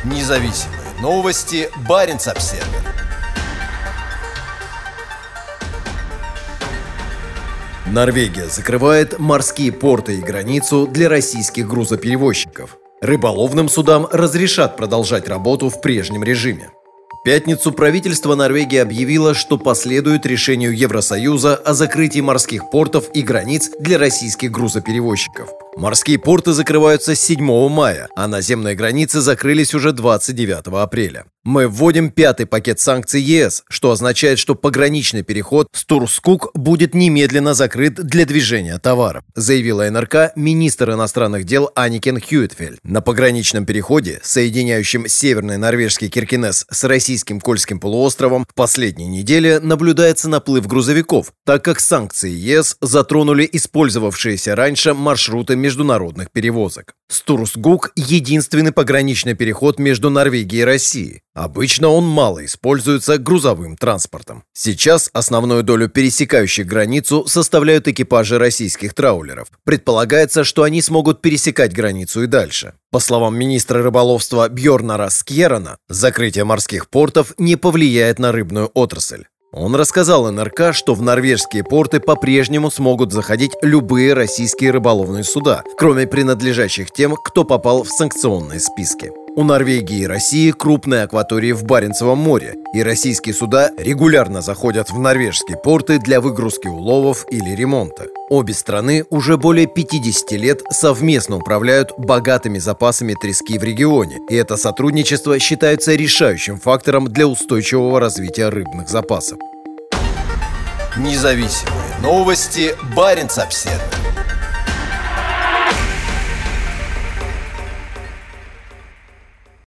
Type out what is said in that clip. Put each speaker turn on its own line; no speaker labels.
Независимые новости. Баренц-Обсервер. Норвегия закрывает морские порты и границу для российских грузоперевозчиков. Рыболовным судам разрешат продолжать работу в прежнем режиме. В пятницу правительство Норвегии объявило, что последует решению Евросоюза о закрытии морских портов и границ для российских грузоперевозчиков. Морские порты закрываются с 7 мая, а наземные границы закрылись уже 29 апреля. Мы вводим 5-й пакет санкций ЕС, что означает, что пограничный переход Стурскук будет немедленно закрыт для движения товаров, заявила НРК министр иностранных дел Анникен Хьюитфельд. На пограничном переходе, соединяющем северный норвежский Киркенес с российским Кольским полуостровом, в последние недели наблюдается наплыв грузовиков, так как санкции ЕС затронули использовавшиеся раньше маршруты международных перевозок. Стурскук – единственный пограничный переход между Норвегией и Россией. Обычно он мало используется грузовым транспортом. Сейчас основную долю пересекающих границу составляют экипажи российских траулеров. Предполагается, что они смогут пересекать границу и дальше. По словам министра рыболовства Бьорнара Скьерана, закрытие морских портов не повлияет на рыбную отрасль. Он рассказал НРК, что в норвежские порты по-прежнему смогут заходить любые российские рыболовные суда, кроме принадлежащих тем, кто попал в санкционные списки. У Норвегии и России крупные акватории в Баренцевом море, и российские суда регулярно заходят в норвежские порты для выгрузки уловов или ремонта. Обе страны уже более 50 лет совместно управляют богатыми запасами трески в регионе, и это сотрудничество считается решающим фактором для устойчивого развития рыбных запасов. Независимые новости. Баренц-Обсервер.